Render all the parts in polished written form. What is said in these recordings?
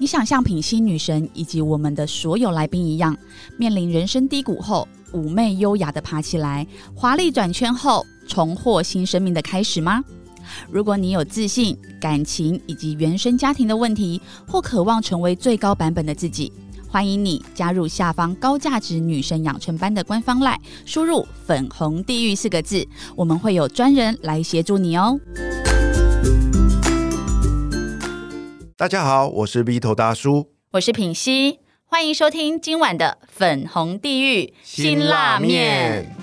你想像品心女神以及我们的所有来宾一样，面临人生低谷后，妩媚优雅地爬起来，华丽转圈后，重获新生命的开始吗？如果你有自信、感情以及原生家庭的问题，或渴望成为最高版本的自己，欢迎你加入下方高价值女神养成班的官方 LINE， 输入粉红地狱4个字，我们会有专人来协助你哦。 大家好，我是 V 头大叔， 我是品熙，欢迎收听今晚的粉红地狱辛辣面。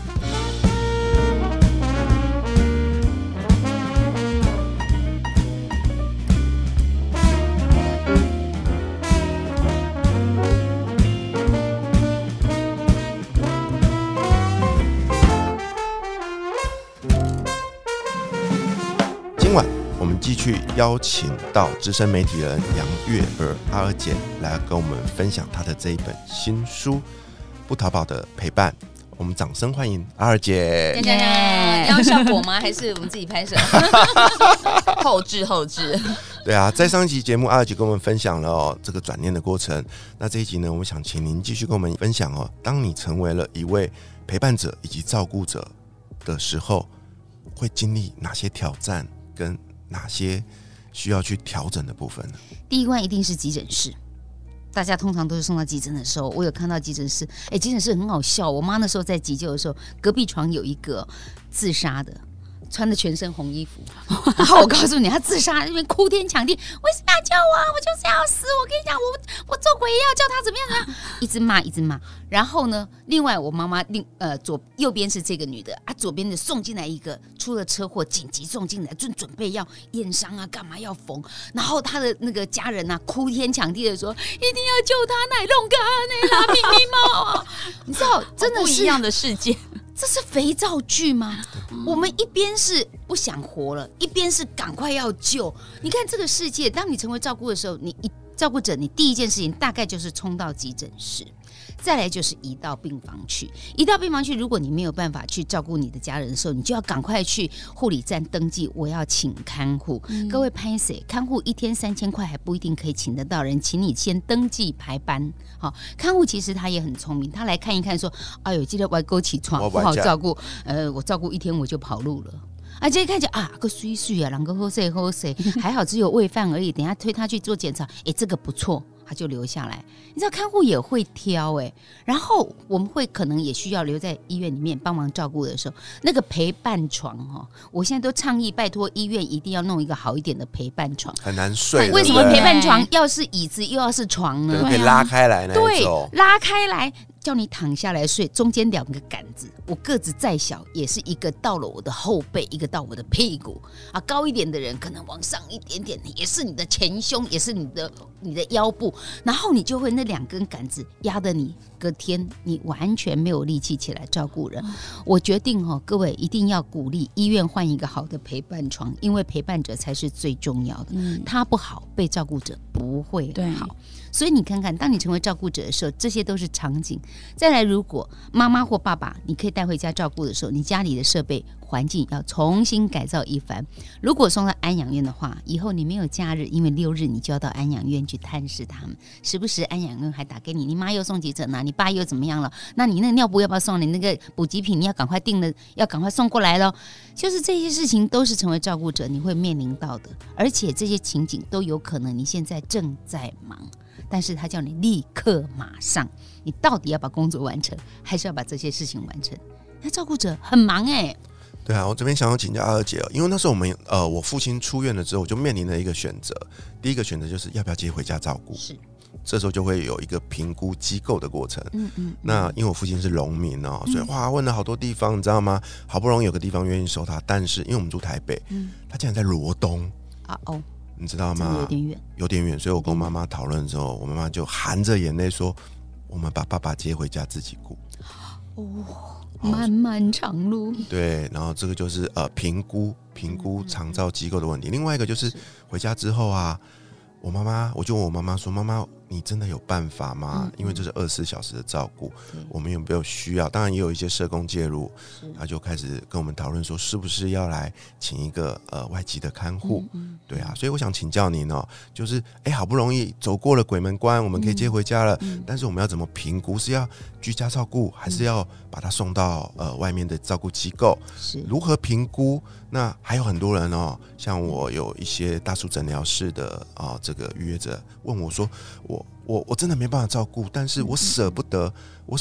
今晚我们继续邀请到资深媒体人杨月儿阿儿姐来跟我们分享她的这一本新书《不逃跑的陪伴》。我们掌声欢迎阿儿姐。 要效果吗？还是我们自己拍摄？ 后置。 对啊，在上一集节目，阿儿姐跟我们分享了这个转念的过程。那这一集呢，我们想请您继续跟我们分享当你成为了一位陪伴者以及照顾者的时候，会经历哪些挑战？跟哪些需要去调整的部分呢？ 第一关一定是急诊室，大家通常都是送到急诊的时候，我有看到急诊室，急诊室很好笑。我妈那时候在急救的时候，隔壁床有一个自杀的，穿的全身红衣服，然后我告诉你，他自杀那边哭天抢地，为什么要救我？我就是要死！我跟你讲，我做鬼也要叫他怎么样，一直骂。然后呢，另外我妈妈右边是这个女的啊，左边的送进来一个出了车祸，紧急送进来，准备要验伤啊，干嘛要缝？然后他的那个家人啊，哭天抢地的说，一定要救他，奶弄干那啦，咪咪猫啊！你知道，真的是不一样的世界。 这是肥皂剧吗？我们一边是不想活了，一边是赶快要救。你看这个世界，当你成为照顾的时候，照顾者，你第一件事情大概就是冲到急诊室，再来就是移到病房去。移到病房去，如果你没有办法去照顾你的家人的时候，你就要赶快去护理站登记，我要请看护。各位拍谁？看护1天3000块还不一定可以请得到人，请你先登记排班。好，看护其实他也很聪明，他来看一看说，哎呦，记得歪沟起床不好照顾，我照顾1天我就跑路了。啊，这一看就个水水啊，人个好势，还好只有喂饭而已。等一下推他去做检查，这个不错，他就留下来。你知道看护也会挑然后我们会可能也需要留在医院里面帮忙照顾的时候，那个陪伴床我现在都倡议拜托医院一定要弄一个好一点的陪伴床， 很难睡。 为什么陪伴床要是椅子又要是床呢？ 可以拉开来那一种， 对，拉开来。叫你躺下来睡，中间2个杆子，我个子再小，也是一个到了我的后背，一个到我的屁股啊。高一点的人可能往上一点点，也是你的前胸，也是你的腰部，然后你就会那2根杆子压得你隔天你完全没有力气起来照顾人。我决定各位一定要鼓励医院换一个好的陪伴床，因为陪伴者才是最重要的。他不好，被照顾者不会好。所以你看看，当你成为照顾者的时候，这些都是场景。再来，如果妈妈或爸爸你可以带回家照顾的时候，你家里的设备环境要重新改造一番。如果送到安养院的话，以后你没有假日，因为6日你就要到安养院去探视他们，时不时安养院还打给你，你妈又送急诊了，你爸又怎么样了？那你那个尿布要不要送？你那个补给品你要赶快订了，要赶快送过来了。就是这些事情都是成为照顾者你会面临到的，而且这些情景都有可能你现在正在忙，但是他叫你立刻马上，你到底要把工作完成，还是要把这些事情完成？那照顾者很忙对啊，我这边想要请教阿儿姐因为那时候我父亲出院了之后，我就面临了一个选择。第一个选择就是要不要接回家照顾， 是， 这时候就会有一个评估机构的过程。那因为我父亲是农民所以问了好多地方，你知道吗？好不容易有个地方愿意收他，但是因为我们住台北，他竟然在罗东你知道吗？有点远，所以我跟我妈妈讨论之后，我妈妈就含着眼泪说：“我们把爸爸接回家自己顾。” 漫漫长路。 对，然后这个就是评估长照机构的问题。另外一个就是回家之后我就问我妈妈说：“妈妈， 你真的有办法吗？因为这是24小时的照顾，我们有没有需要？当然也有一些社工介入，他就开始跟我们讨论说，是不是要来请一个外籍的看护？对啊，所以我想请教您哦，就是好不容易走过了鬼门关，我们可以接回家了，但是我们要怎么评估？是要居家照顾，还是要把他送到外面的照顾机构？如何评估？那还有很多人哦，像我有一些大叔诊疗室的这个预约者问我说，我真的没办法照顾，但是我舍不得，我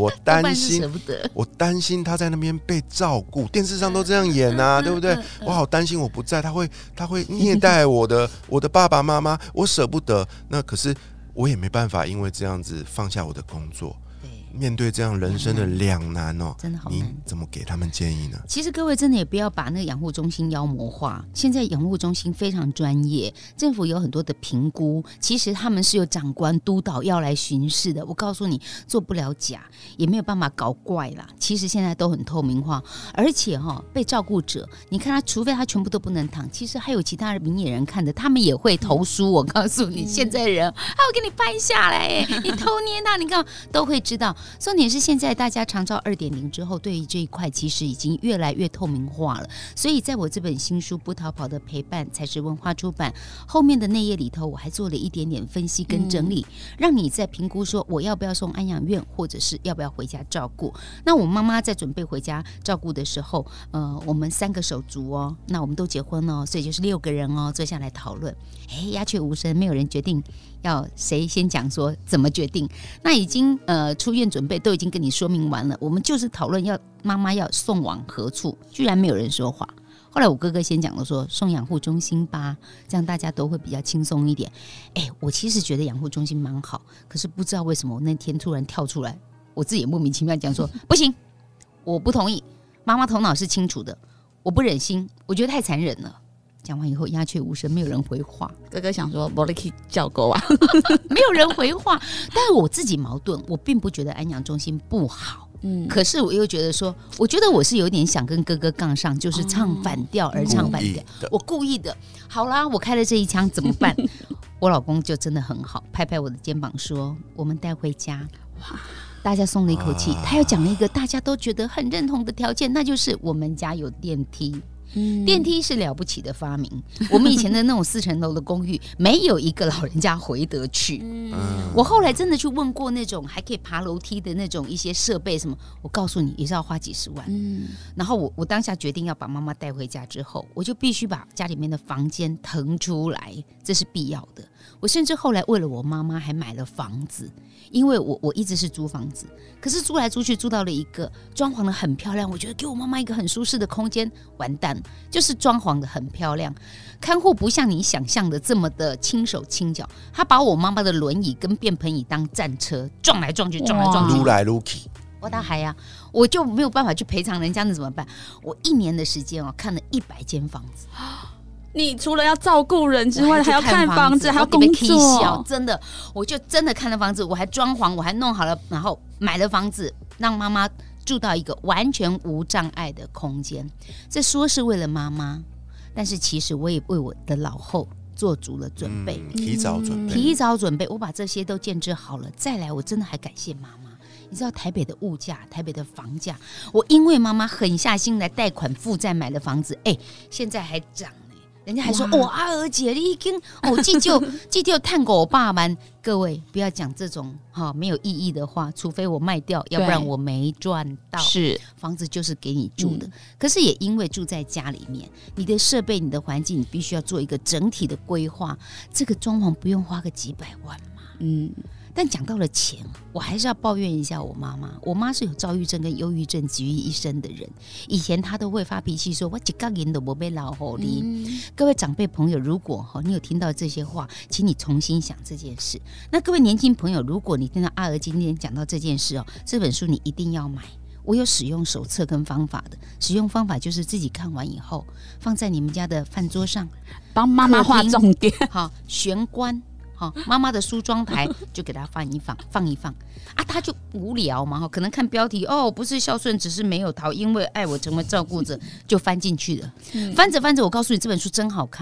担心他在那边被照顾，电视上都这样演啊，对不对？我好担心我不在，他会虐待我的爸爸妈妈，我舍不得。那可是我也没办法，因为这样子放下我的工作。面对这样人生的两难哦， 真的好难。 你怎么给他们建议呢？ 其实各位真的也不要把那个养护中心妖魔化，现在养护中心非常专业，政府有很多的评估，其实他们是有长官督导要来巡视的。我告诉你，做不了假，也没有办法搞怪啦。其实现在都很透明化，而且被照顾者，你看他，除非他全部都不能躺，其实还有其他的明眼人看的，他们也会投诉。我告诉你，现在人我给你拍下来，你偷捏他，你看都会知道。重点是现在大家长照 2.0 之后，对于这一块其实已经越来越透明化了。所以在我这本新书《不逃跑的陪伴》才是文化出版后面的内页里头，我还做了一点点分析跟整理，让你在评估说我要不要送安养院，或者是要不要回家照顾。那我妈妈在准备回家照顾的时候，我们3个手足哦，那我们都结婚了，所以就是6个人哦，坐下来讨论。鸦雀无声，没有人决定要谁先讲说怎么决定。那已经出院准备都已经跟你说明完了，我们就是讨论要妈妈要送往何处，居然没有人说话。后来我哥哥先讲了说送养护中心吧，这样大家都会比较轻松一点。我其实觉得养护中心蛮好，可是不知道为什么我那天突然跳出来，我自己也莫名其妙讲说不行，我不同意，妈妈头脑是清楚的，我不忍心，我觉得太残忍了。讲完以后鸦雀无声，没有人回话。 哥哥想说没可以叫狗啊， 没有人回话。但是我自己矛盾，我并不觉得安养中心不好，可是我又觉得说，我觉得我是有点想跟哥哥杠上，就是唱反调而唱反调，我故意的。好啦，我开了这一枪怎么办？我老公就真的很好，拍拍我的肩膀说：“我们带回家。”哇！大家松了一口气。他又讲了一个大家都觉得很认同的条件，那就是我们家有电梯。电梯是了不起的发明，我们以前的那种4层楼的公寓，没有一个老人家回得去。我后来真的去问过那种还可以爬楼梯的那种一些设备什么，我告诉你也是要花几10万。然后我当下决定要把妈妈带回家之后，我就必须把家里面的房间腾出来，这是必要的。我甚至后来为了我妈妈还买了房子，因为我一直是租房子，可是租来租去租到了一个装潢的很漂亮，我觉得给我妈妈一个很舒适的空间，完蛋，就是装潢的很漂亮，看护不像你想象的这么的轻手轻脚，他把我妈妈的轮椅跟便盆椅当战车撞来撞去， 撸来撸去。 我大海啊，我就没有办法去赔偿人家，那怎么办？我1年的时间看了100间房子。 你除了要照顾人之外，还要看房子，还要工作， 真的，我就真的看了房子，我还装潢，我还弄好了，然后买了房子，让妈妈住到一个完全无障碍的空间。这说是为了妈妈，但是其实我也为我的老后做足了准备， 提早准备，我把这些都建置好了，再来，我真的还感谢妈妈。你知道台北的物价，台北的房价，我因为妈妈狠下心来贷款负债买了房子，现在还涨。人家还说阿娥姐你已经这就探狗爸们，各位不要讲这种没有意义的话，除非我卖掉，要不然我没赚到。是房子就是给你住的，可是也因为住在家里面，你的设备、你的环境，你必须要做一个整体的规划。这个装潢不用花个几百万嘛？但讲到了钱，我还是要抱怨一下我妈妈。我妈是有躁郁症跟忧郁症集于一身的人，以前她都会发脾气说：“我一个人都没被老好哩。”各位长辈朋友，如果你有听到这些话，请你重新想这件事。那各位年轻朋友，如果你听到阿娥今天讲到这件事这本书你一定要买。我有使用手册跟方法的，使用方法就是自己看完以后，放在你们家的饭桌上， 帮妈妈画重点， 玄关。妈妈的梳妆台就给他放一放啊，他就无聊嘛，可能看标题不是孝顺，只是没有逃，因为爱我成为照顾者，就翻进去了。翻着翻着，我告诉你这本书真好看，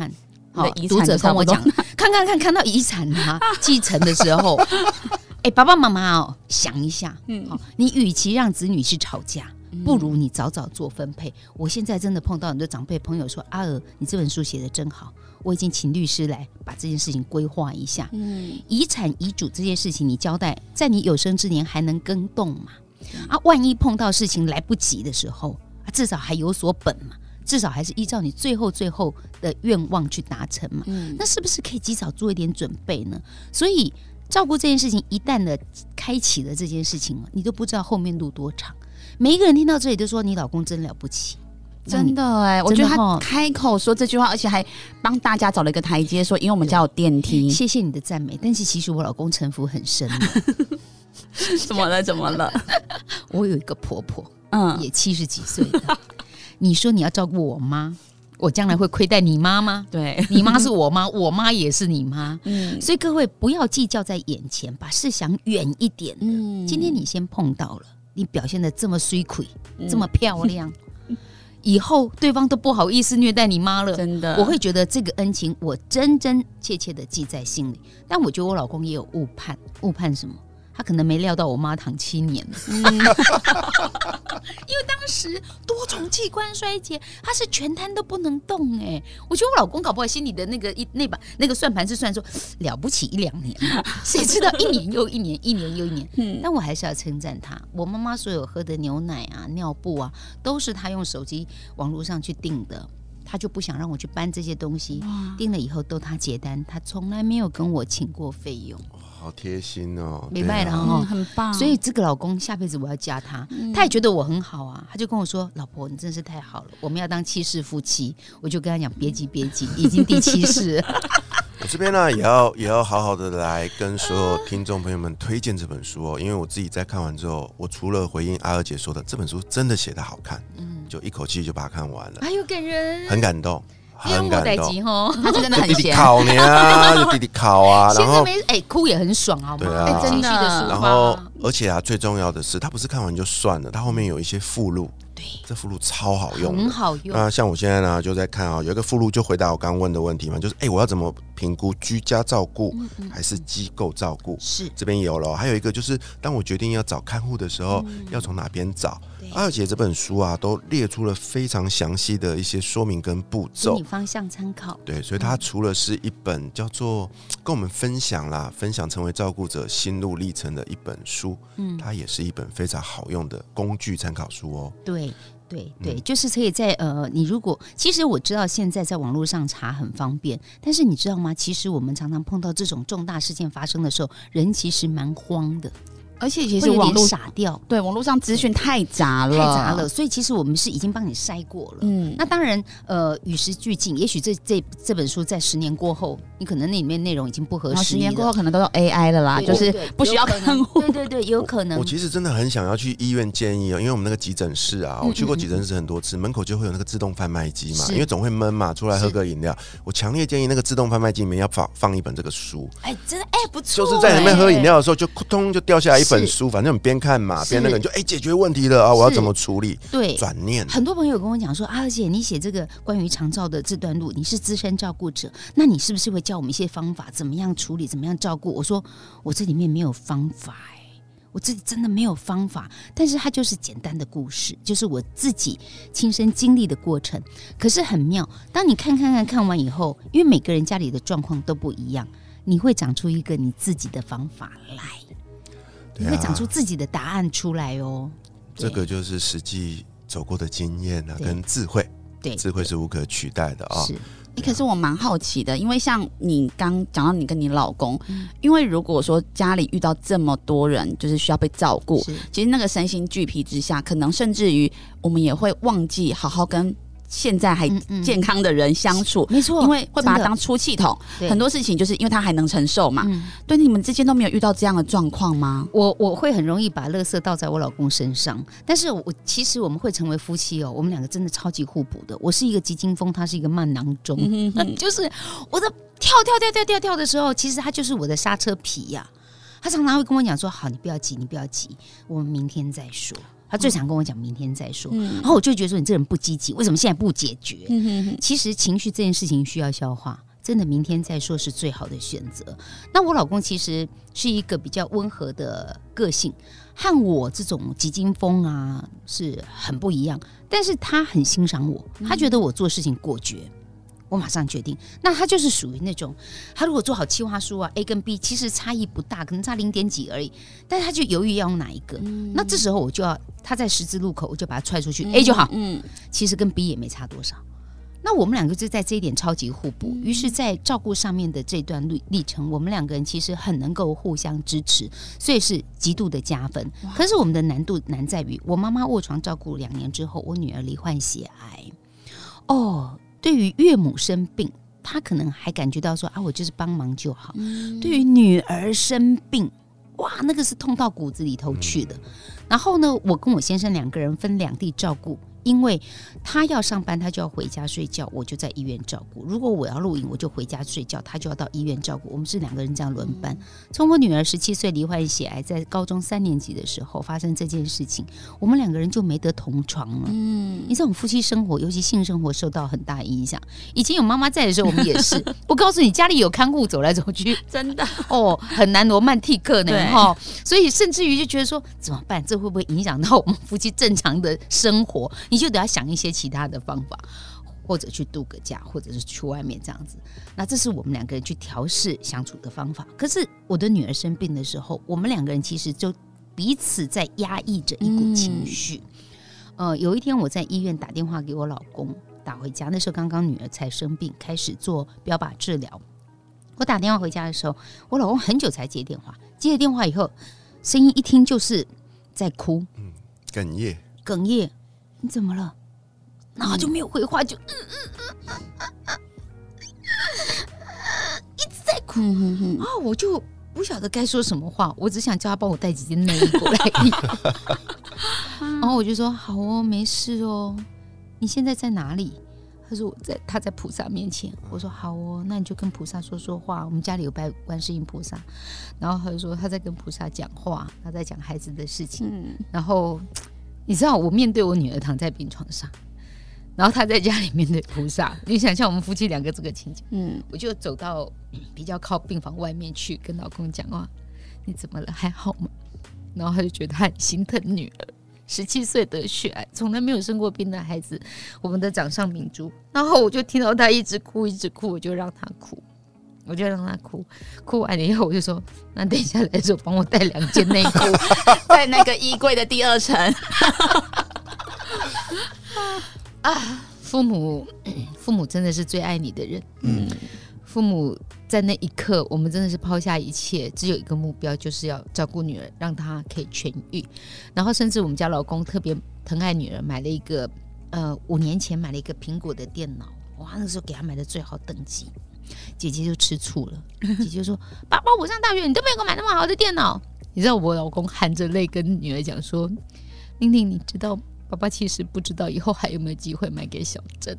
读者跟我讲，看到遗产啊继承的时候，爸爸妈妈想一下，你与其让子女去吵架，不如你早早做分配。我现在真的碰到很多长辈朋友说，阿娥，你这本书写得真好，我已经请律师来把这件事情规划一下。遗产遗嘱这件事情，你交代在你有生之年还能更动嘛？万一碰到事情来不及的时候，至少还有所本嘛，至少还是依照你最后的愿望去达成嘛。那是不是可以及早做一点准备呢？所以照顾这件事情一旦的开启了这件事情，你都不知道后面路多长。每一个人听到这里都说你老公真了不起， 真的我觉得他开口说这句话，而且还帮大家找了一个台阶，说因为我们家有电梯。 谢谢你的赞美，但是其实我老公城府很深。 怎么了？ 我有一个婆婆，也70几岁的。你说你要照顾我妈，我将来会亏待你妈吗？ 对， 你妈是我妈，我妈也是你妈。所以各位不要计较在眼前，把事想远一点的。今天你先碰到了，你表现得这么水亏，这么漂亮，以后对方都不好意思虐待你妈了。 真的， 我会觉得这个恩情我真真切切的记在心里。但我觉得我老公也有误判什么？他可能没料到我妈躺7年了，因为当时多重器官衰竭，他是全瘫都不能动。我觉得我老公搞不好心里的那个算盘是算说了不起1-2年，谁知道1年又1年，1年又1年。但我还是要称赞他，我妈妈所有喝的牛奶啊、尿布啊，都是他用手机网络上去订的。他就不想让我去搬这些东西，订了以后都他结单，他从来没有跟我请过费用。 好贴心哦， 明白了很棒。 所以这个老公下辈子我要嫁他，他也觉得我很好啊，他就跟我说：“老婆，你真是太好了，我们要当7世夫妻。”我就跟他讲：“别急，已经第7世。” 我这边呢，也要好好的来跟所有听众朋友们推荐这本书因为我自己在看完之后，我除了回应阿娥姐说的这本书真的写得好看，就一口气就把它看完了， 哎呦，感人， 很感动。很感动， 他真的很闲， 考你啊，就弟弟考啊，然后哭也很爽好吗？ 对啊， 真的。 然后而且最重要的是，他不是看完就算了，他后面有一些附录， 对， 这附录超好用， 很好用。 像我现在呢就在看有一个附录就回答我刚问的问题嘛，就是我要怎么评估居家照顾还是机构照顾？是这边有了，还有一个就是当我决定要找看护的时候，要从哪边找？阿娥姐这本书都列出了非常详细的一些说明跟步骤， 给你方向参考。 对，所以它除了是一本叫做跟我们分享成为照顾者心路历程的一本书，它也是一本非常好用的工具参考书哦。 对，就是可以在你如果其实我知道现在在网络上查很方便，但是你知道吗？其实我们常常碰到这种重大事件发生的时候，人其实蛮慌的。而且其实网络傻掉， 对，网络上资讯太杂了， 所以其实我们是已经帮你筛过了。那当然，与时俱进，也许这本书在10年过后，你可能那里面内容已经不合时宜了，10 年过后可能都有 AI 了啦，就是不需要看护。 对，有可能。 我其实真的很想要去医院建议因为我们那个急诊室我去过急诊室很多次，门口就会有那个自动贩卖机嘛，因为总会闷嘛，出来喝个饮料。我强烈建议那个自动贩卖机里面要放一本这个书， 真的不错， 就是在里面喝饮料的时候就扑通就掉下来一本书，反正你边看嘛边那个你就解决问题了我要怎么处理？对，转念。 很多朋友跟我讲说而且你写这个关于长照的这段路，你是资深照顾者，那你是不是会教我们一些方法，怎么样处理，怎么样照顾？我说我这里面没有方法我自己真的没有方法，但是它就是简单的故事，就是我自己亲身经历的过程。可是很妙，当你看完以后，因为每个人家里的状况都不一样，你会长出一个你自己的方法来，你会长出自己的答案出来这个就是实际走过的经验跟智慧，对，智慧是无可取代的是。 可是我蛮好奇的，因为像你刚讲到你跟你老公，因为如果说家里遇到这么多人就是需要被照顾，其实那个身心俱疲之下，可能甚至于我们也会忘记好好跟现在还健康的人相处， 没错， 因为会把它当出气筒，很多事情就是因为他还能承受嘛。对，你们之间都没有遇到这样的状况吗？ 我会很容易把垃圾倒在我老公身上，但是其实我们会成为夫妻我们两个真的超级互补的。我是一个急惊风，他是一个慢囊中，就是我的跳的时候，其实他就是我的刹车皮他常常会跟我讲说：“好，你不要急，我们明天再说。”他最常跟我讲明天再说，然后我就觉得说你这人不积极，为什么现在不解决？其实情绪这件事情需要消化， 真的明天再说是最好的选择。那我老公其实是一个比较温和的个性，和我这种急惊风啊是很不一样，但是他很欣赏我，他觉得我做事情果决，我马上决定。那他就是属于那种，他如果做好企划书啊 A 跟 B 其实差异不大，可能差0点几而已，但是他就犹豫要用哪一个，那这时候我就要他在十字路口我就把他踹出去，A 就好，其实跟 B 也没差多少。那我们两个就在这一点超级互补，于是在照顾上面的这段历程，我们两个人其实很能够互相支持，所以是极度的加分。可是我们的难度难在于，我妈妈卧床照顾2年之后，我女儿罹患血癌。对于岳母生病，她可能还感觉到说我就是帮忙就好。对于女儿生病，哇，那个是痛到骨子里头去的。然后呢，我跟我先生2个人分2地照顾。因为他要上班，他就要回家睡觉，我就在医院照顾。如果我要录影，我就回家睡觉，他就要到医院照顾。我们是2个人这样轮班。从我女儿17岁罹患血癌，在高中3年级的时候发生这件事情，我们2个人就没得同床了。你知道我们夫妻生活，尤其性生活受到很大影响。以前有妈妈在的时候，我们也是。我告诉你，家里有看护走来走去， 真的很难罗曼蒂克呢。所以甚至于就觉得说怎么办？这会不会影响到我们夫妻正常的生活？你就得要想一些其他的方法，或者去度个假，或者是去外面这样子。那这是我们2个人去调试相处的方法。可是我的女儿生病的时候，我们2个人其实就彼此在压抑着一股情绪。有一天我在医院打电话给我老公，打回家，那时候刚刚女儿才生病，开始做标靶治疗。我打电话回家的时候，我老公很久才接电话，接了电话以后，声音一听就是在哭，哽咽。你怎么了？然后就没有回话，就一直在哭。我就不晓得该说什么话，我只想叫他帮我带几件内衣过来。然后我就说好哦，没事哦。你现在在哪里？他说他在菩萨面前。我说好哦，那你就跟菩萨说说话。我们家里有拜观世音菩萨。然后他就说他在跟菩萨讲话，他在讲孩子的事情。然后你知道我面对我女儿躺在病床上，然后她在家里面对菩萨，你想象我们夫妻2个这个情景。我就走到比较靠病房外面去跟老公讲话，你怎么了？还好吗？然后他就觉得他很心疼女儿，17岁得血癌，从来没有生过病的孩子，我们的掌上明珠。然后我就听到他一直哭，我就让他哭。哭完了以后，我就说：“那等一下来的时候，帮我带2件内裤， 在那个衣柜的第2层。”父母真的是最爱你的人。父母在那一刻，我们真的是抛下一切，只有一个目标，就是要照顾女儿，让她可以痊愈。然后，甚至我们家老公特别疼爱女儿，买了一个5年前买了一个苹果的电脑，哇，那时候给她买的最好等级。姐姐就吃醋了，姐姐就说：“爸爸，我上大学，你都没有给我买那么好的电脑。”你知道我老公含着泪跟女儿讲说：“玲玲，你知道爸爸其实不知道以后还有没有机会买给小珍。”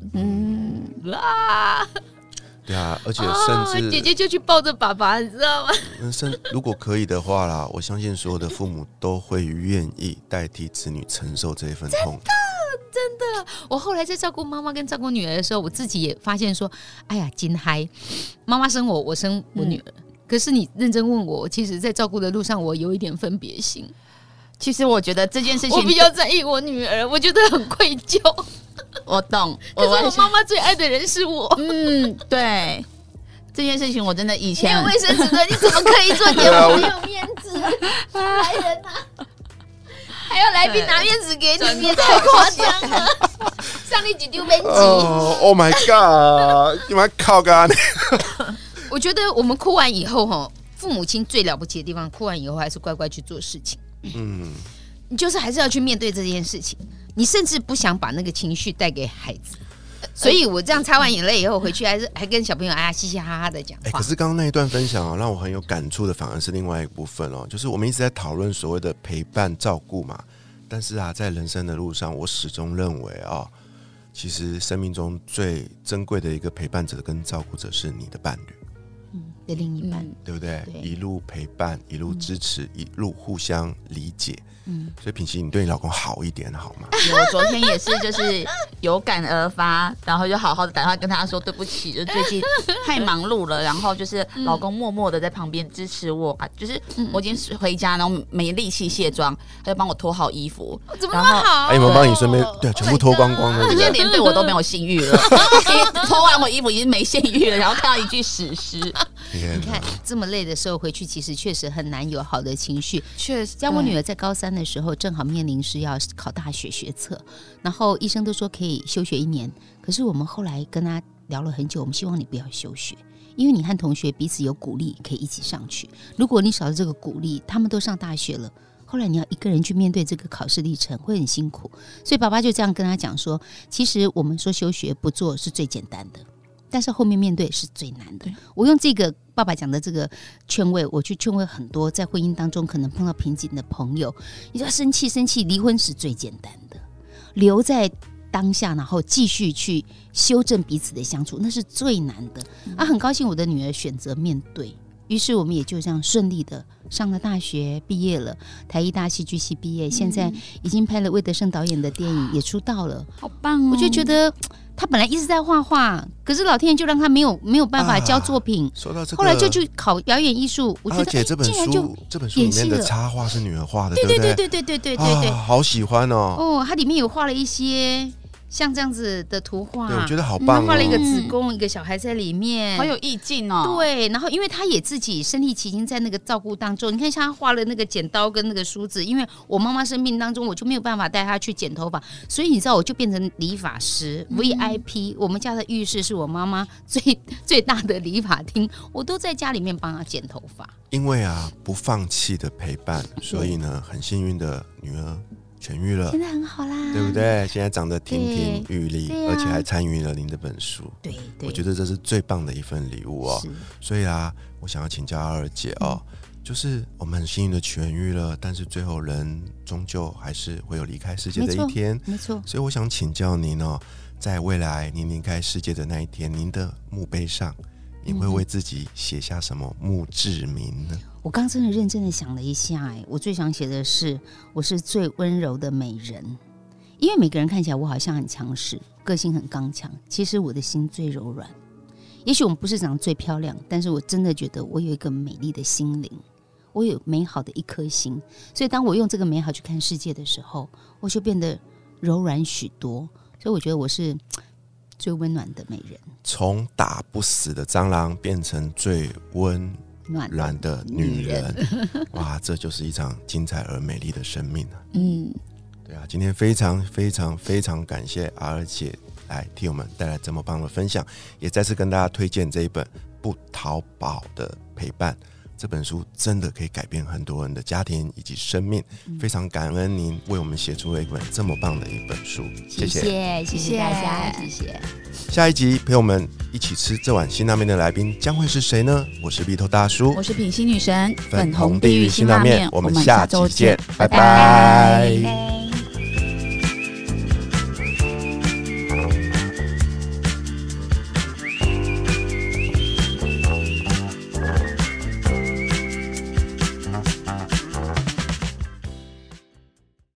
对啊，而且甚至姐姐就去抱着爸爸，你知道吗？ 如果可以的话啦，我相信所有的父母都会愿意代替子女承受这一份痛苦。 真的，我后来在照顾妈妈跟照顾女儿的时候，我自己也发现说，哎呀，真嗨！妈妈生我，我生我女儿。可是你认真问我，其实在照顾的路上，我有一点分别心。 其实我觉得这件事情， 我比较在意我女儿，我觉得很愧疚。 我懂， 可是我妈妈最爱的人是我。 对，这件事情我真的以前没有卫生纸的，你怎么可以做节目没有面子？来人啊！还要来宾拿面子给你，你也太夸张了！上你几丢面子 ？Oh my god！ 你们靠干！ 我觉得我们哭完以后，父母亲最了不起的地方，哭完以后还是乖乖去做事情。你就是还是要去面对这件事情，你甚至不想把那个情绪带给孩子。所以我这样擦完眼泪以后回去还跟小朋友嘻嘻哈哈的讲话。 可是刚刚那一段分享让我很有感触的反而是另外一个部分就是我们一直在讨论所谓的陪伴照顾嘛，但是在人生的路上，我始终认为其实生命中最珍贵的一个陪伴者跟照顾者是你的伴侣。 的另一半， 对不对？ 对， 一路陪伴，一路支持，一路互相理解。所以品熙，你对你老公好一点好吗？ 我昨天也是，就是有感而发，然后就好好的打电话跟他说对不起，就最近太忙碌了，然后就是老公默默的在旁边支持我啊，就是我已经回家，然后没力气卸妆，他就帮我脱好衣服， 怎么那么好？ 有没有帮你顺便对全部脱光光的？ 现在连对我都没有性欲了，脱完我衣服已经没性欲了，然后看到一句史诗。 你看这么累的时候回去，其实确实很难有好的情绪。 确实， 像我女儿在高3的时候，正好面临是要考大学学测，然后医生都说可以休学1年。可是我们后来跟她聊了很久，我们希望你不要休学，因为你和同学彼此有鼓励，可以一起上去。如果你少了这个鼓励，他们都上大学了，后来你要一个人去面对这个考试历程，会很辛苦。所以爸爸就这样跟他讲说，其实我们说休学不做是最简单的，但是后面面对是最难的。我用这个爸爸讲的这个劝慰，我去劝慰很多在婚姻当中可能碰到瓶颈的朋友。你说生气，离婚是最简单的，留在当下，然后继续去修正彼此的相处，那是最难的。很高兴我的女儿选择面对，于是我们也就这样顺利的上了大学，毕业了，台艺大戏剧系毕业，现在已经拍了魏德圣导演的电影，也出道了， 好棒哦！ 我就觉得他本来一直在画画，可是老天爷就让他没有办法交作品。 说到这个， 后来就去考表演艺术。我觉得而且这本书里面的插画是女儿画的，对不对？ 对， 好喜欢哦。 它里面有画了一些像这样子的图画， 对，我觉得好棒哦。 画了一个子宫，一个小孩在里面， 好有意境哦。 对，然后因为他也自己身临其境在那个照顾当中，你看像他画了那个剪刀跟那个梳子，因为我妈妈生病当中，我就没有办法带她去剪头发，所以你知道我就变成理发师VIP。我们家的浴室是我妈妈最大的理发厅，我都在家里面帮她剪头发。 因为不放弃的陪伴，所以呢，很幸运的女儿痊愈了， 现在很好啦， 对不对？现在长得亭亭玉立，而且还参与了您的本书。 对， 我觉得这是最棒的一份礼物哦。所以我想要请教二姐哦，就是我们很幸运的痊愈了，但是最后人终究还是会有离开世界的一天， 没错。 所以我想请教您哦，在未来您离开世界的那一天，您的墓碑上，你会为自己写下什么墓志铭呢？ 我刚真的认真的想了一下，我最想写的是我是最温柔的美人，因为每个人看起来我好像很强势，个性很刚强，其实我的心最柔软。也许我们不是长得最漂亮，但是我真的觉得我有一个美丽的心灵，我有美好的一颗心，所以当我用这个美好去看世界的时候，我就变得柔软许多。所以我觉得我是最温暖的美人，从打不死的蟑螂变成最温暖的女人。哇，这就是一场精彩而美丽的生命啊！对啊，今天非常非常非常感谢阿姐来替我们带来这么棒的分享，也再次跟大家推荐这一本《不逃跑的陪伴》。这本书真的可以改变很多人的家庭以及生命，非常感恩您为我们写出了一本这么棒的一本书，谢谢大家，谢谢。 下一集陪我们一起吃这碗辛拉面的来宾将会是谁呢？我是鼻头大叔， 我是品心女神， 粉红地狱辛拉面，我们下集见，拜拜。